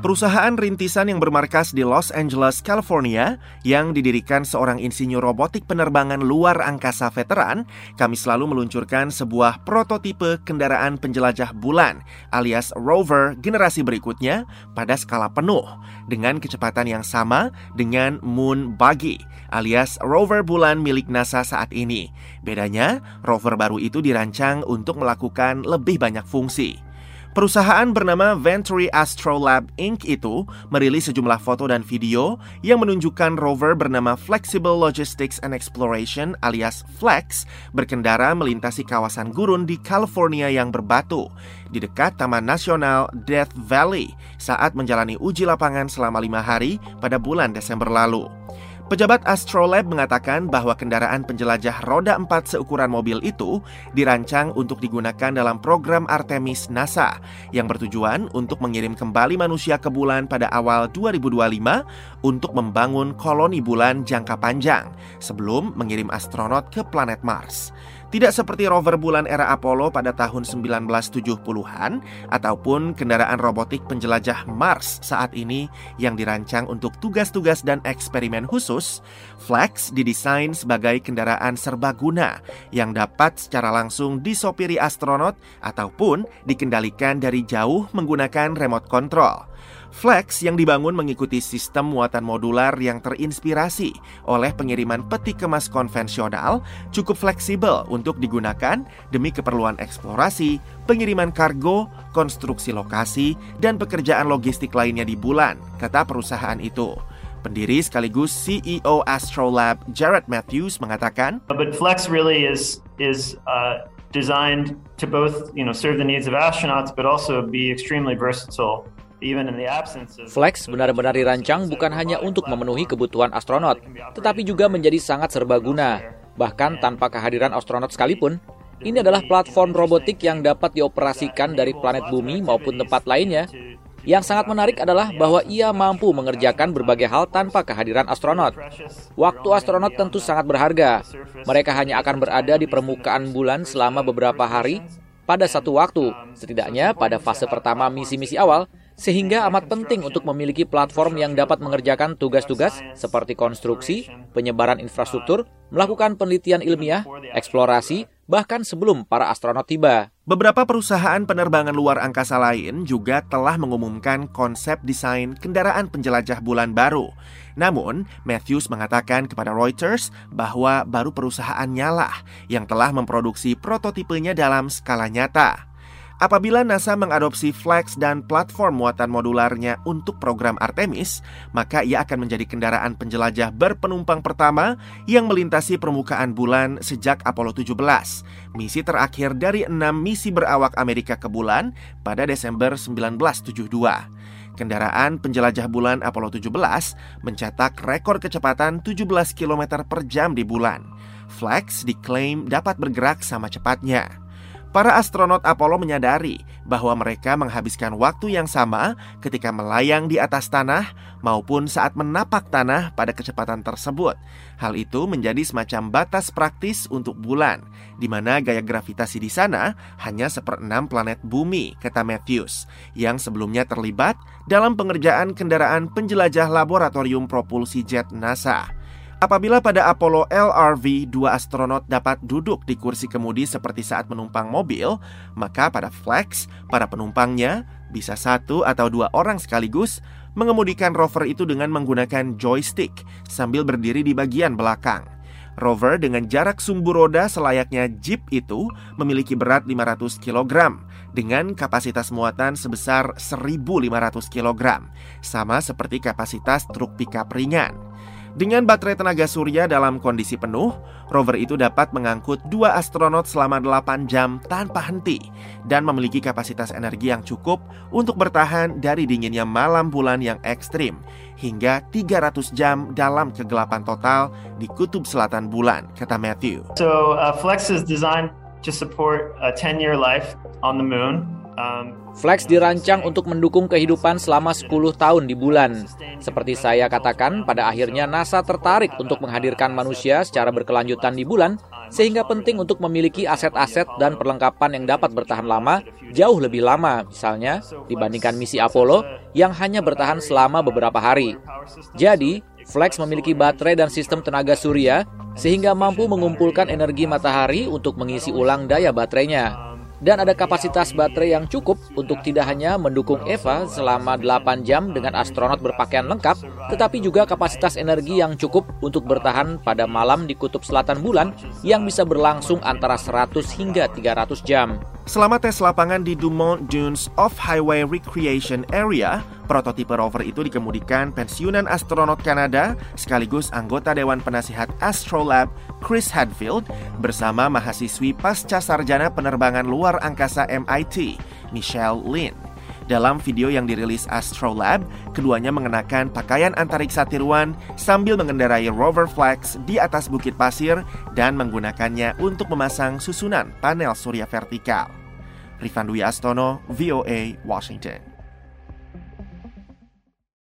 Perusahaan rintisan yang bermarkas di Los Angeles, California, yang didirikan seorang insinyur robotik penerbangan luar angkasa veteran, Kamis lalu meluncurkan sebuah prototipe kendaraan penjelajah bulan alias rover generasi berikutnya pada skala penuh dengan kecepatan yang sama dengan Moon Buggy alias rover bulan milik NASA saat ini. Bedanya, rover baru itu dirancang untuk melakukan lebih banyak fungsi. Perusahaan bernama Venturi Astrolab Inc. itu merilis sejumlah foto dan video yang menunjukkan rover bernama Flexible Logistics and Exploration alias FLEX berkendara melintasi kawasan gurun di California yang berbatu di dekat Taman Nasional Death Valley saat menjalani uji lapangan selama 5 hari pada bulan Desember lalu. Pejabat Astrolab mengatakan bahwa kendaraan penjelajah roda 4 seukuran mobil itu dirancang untuk digunakan dalam program Artemis NASA yang bertujuan untuk mengirim kembali manusia ke bulan pada awal 2025 untuk membangun koloni bulan jangka panjang sebelum mengirim astronot ke planet Mars. Tidak seperti rover bulan era Apollo pada tahun 1970-an ataupun kendaraan robotik penjelajah Mars saat ini yang dirancang untuk tugas-tugas dan eksperimen khusus, FLEX didesain sebagai kendaraan serbaguna yang dapat secara langsung disopiri astronot ataupun dikendalikan dari jauh menggunakan remote control. FLEX yang dibangun mengikuti sistem muatan modular yang terinspirasi oleh pengiriman peti kemas konvensional cukup fleksibel untuk digunakan demi keperluan eksplorasi, pengiriman kargo, konstruksi lokasi, dan pekerjaan logistik lainnya di bulan, kata perusahaan itu. Pendiri sekaligus CEO Astrolab Jared Matthews mengatakan, "But FLEX really is designed to both, serve the needs of astronauts, but also be extremely versatile." FLEX benar-benar dirancang bukan hanya untuk memenuhi kebutuhan astronot, tetapi juga menjadi sangat serbaguna. Bahkan tanpa kehadiran astronot sekalipun, ini adalah platform robotik yang dapat dioperasikan dari planet bumi maupun tempat lainnya. Yang sangat menarik adalah bahwa ia mampu mengerjakan berbagai hal tanpa kehadiran astronot. Waktu astronot tentu sangat berharga. Mereka hanya akan berada di permukaan bulan selama beberapa hari pada satu waktu, setidaknya pada fase pertama misi-misi awal, sehingga amat penting untuk memiliki platform yang dapat mengerjakan tugas-tugas seperti konstruksi, penyebaran infrastruktur, melakukan penelitian ilmiah, eksplorasi, bahkan sebelum para astronot tiba. Beberapa perusahaan penerbangan luar angkasa lain juga telah mengumumkan konsep desain kendaraan penjelajah bulan baru. Namun, Matthews mengatakan kepada Reuters bahwa baru perusahaannya lah yang telah memproduksi prototipenya dalam skala nyata. Apabila NASA mengadopsi FLEX dan platform muatan modularnya untuk program Artemis, maka ia akan menjadi kendaraan penjelajah berpenumpang pertama yang melintasi permukaan bulan sejak Apollo 17, misi terakhir dari 6 misi berawak Amerika ke bulan pada Desember 1972. Kendaraan penjelajah bulan Apollo 17 mencetak rekor kecepatan 17 km per jam di bulan. FLEX diklaim dapat bergerak sama cepatnya. Para astronot Apollo menyadari bahwa mereka menghabiskan waktu yang sama ketika melayang di atas tanah maupun saat menapak tanah pada kecepatan tersebut. Hal itu menjadi semacam batas praktis untuk bulan, di mana gaya gravitasi di sana hanya 1/6 planet bumi, kata Matthews, yang sebelumnya terlibat dalam pengerjaan kendaraan penjelajah laboratorium propulsi jet NASA. Apabila pada Apollo LRV 2 astronot dapat duduk di kursi kemudi seperti saat menumpang mobil, maka pada FLEX, para penumpangnya bisa 1 atau 2 orang sekaligus mengemudikan rover itu dengan menggunakan joystick sambil berdiri di bagian belakang. Rover dengan jarak sumbu roda selayaknya Jeep itu memiliki berat 500 kg dengan kapasitas muatan sebesar 1.500 kg, sama seperti kapasitas truk pickup ringan. Dengan baterai tenaga surya dalam kondisi penuh, rover itu dapat mengangkut 2 astronot selama 8 jam tanpa henti dan memiliki kapasitas energi yang cukup untuk bertahan dari dinginnya malam bulan yang ekstrim hingga 300 jam dalam kegelapan total di kutub selatan bulan, kata Matthew. So, FLEX is designed to support a 10-year life on the moon. FLEX dirancang untuk mendukung kehidupan selama 10 tahun di bulan. Seperti saya katakan, pada akhirnya NASA tertarik untuk menghadirkan manusia secara berkelanjutan di bulan sehingga penting untuk memiliki aset-aset dan perlengkapan yang dapat bertahan lama, jauh lebih lama, misalnya dibandingkan misi Apollo yang hanya bertahan selama beberapa hari. Jadi, Flex memiliki baterai dan sistem tenaga surya, sehingga mampu mengumpulkan energi matahari untuk mengisi ulang daya baterainya. Dan ada kapasitas baterai yang cukup untuk tidak hanya mendukung Eva selama 8 jam dengan astronot berpakaian lengkap, tetapi juga kapasitas energi yang cukup untuk bertahan pada malam di kutub selatan bulan yang bisa berlangsung antara 100 hingga 300 jam. Selama tes lapangan di Dumont Dunes Off-Highway Recreation Area, prototipe rover itu dikemudikan pensiunan astronot Kanada sekaligus anggota Dewan Penasihat Astrolab Chris Hadfield bersama mahasiswi pasca sarjana penerbangan luar angkasa MIT, Michelle Lin. Dalam video yang dirilis Astrolab, keduanya mengenakan pakaian antariksa tiruan sambil mengendarai rover Flex di atas bukit pasir dan menggunakannya untuk memasang susunan panel surya vertikal. Rifan Dwi Astono, VOA, Washington.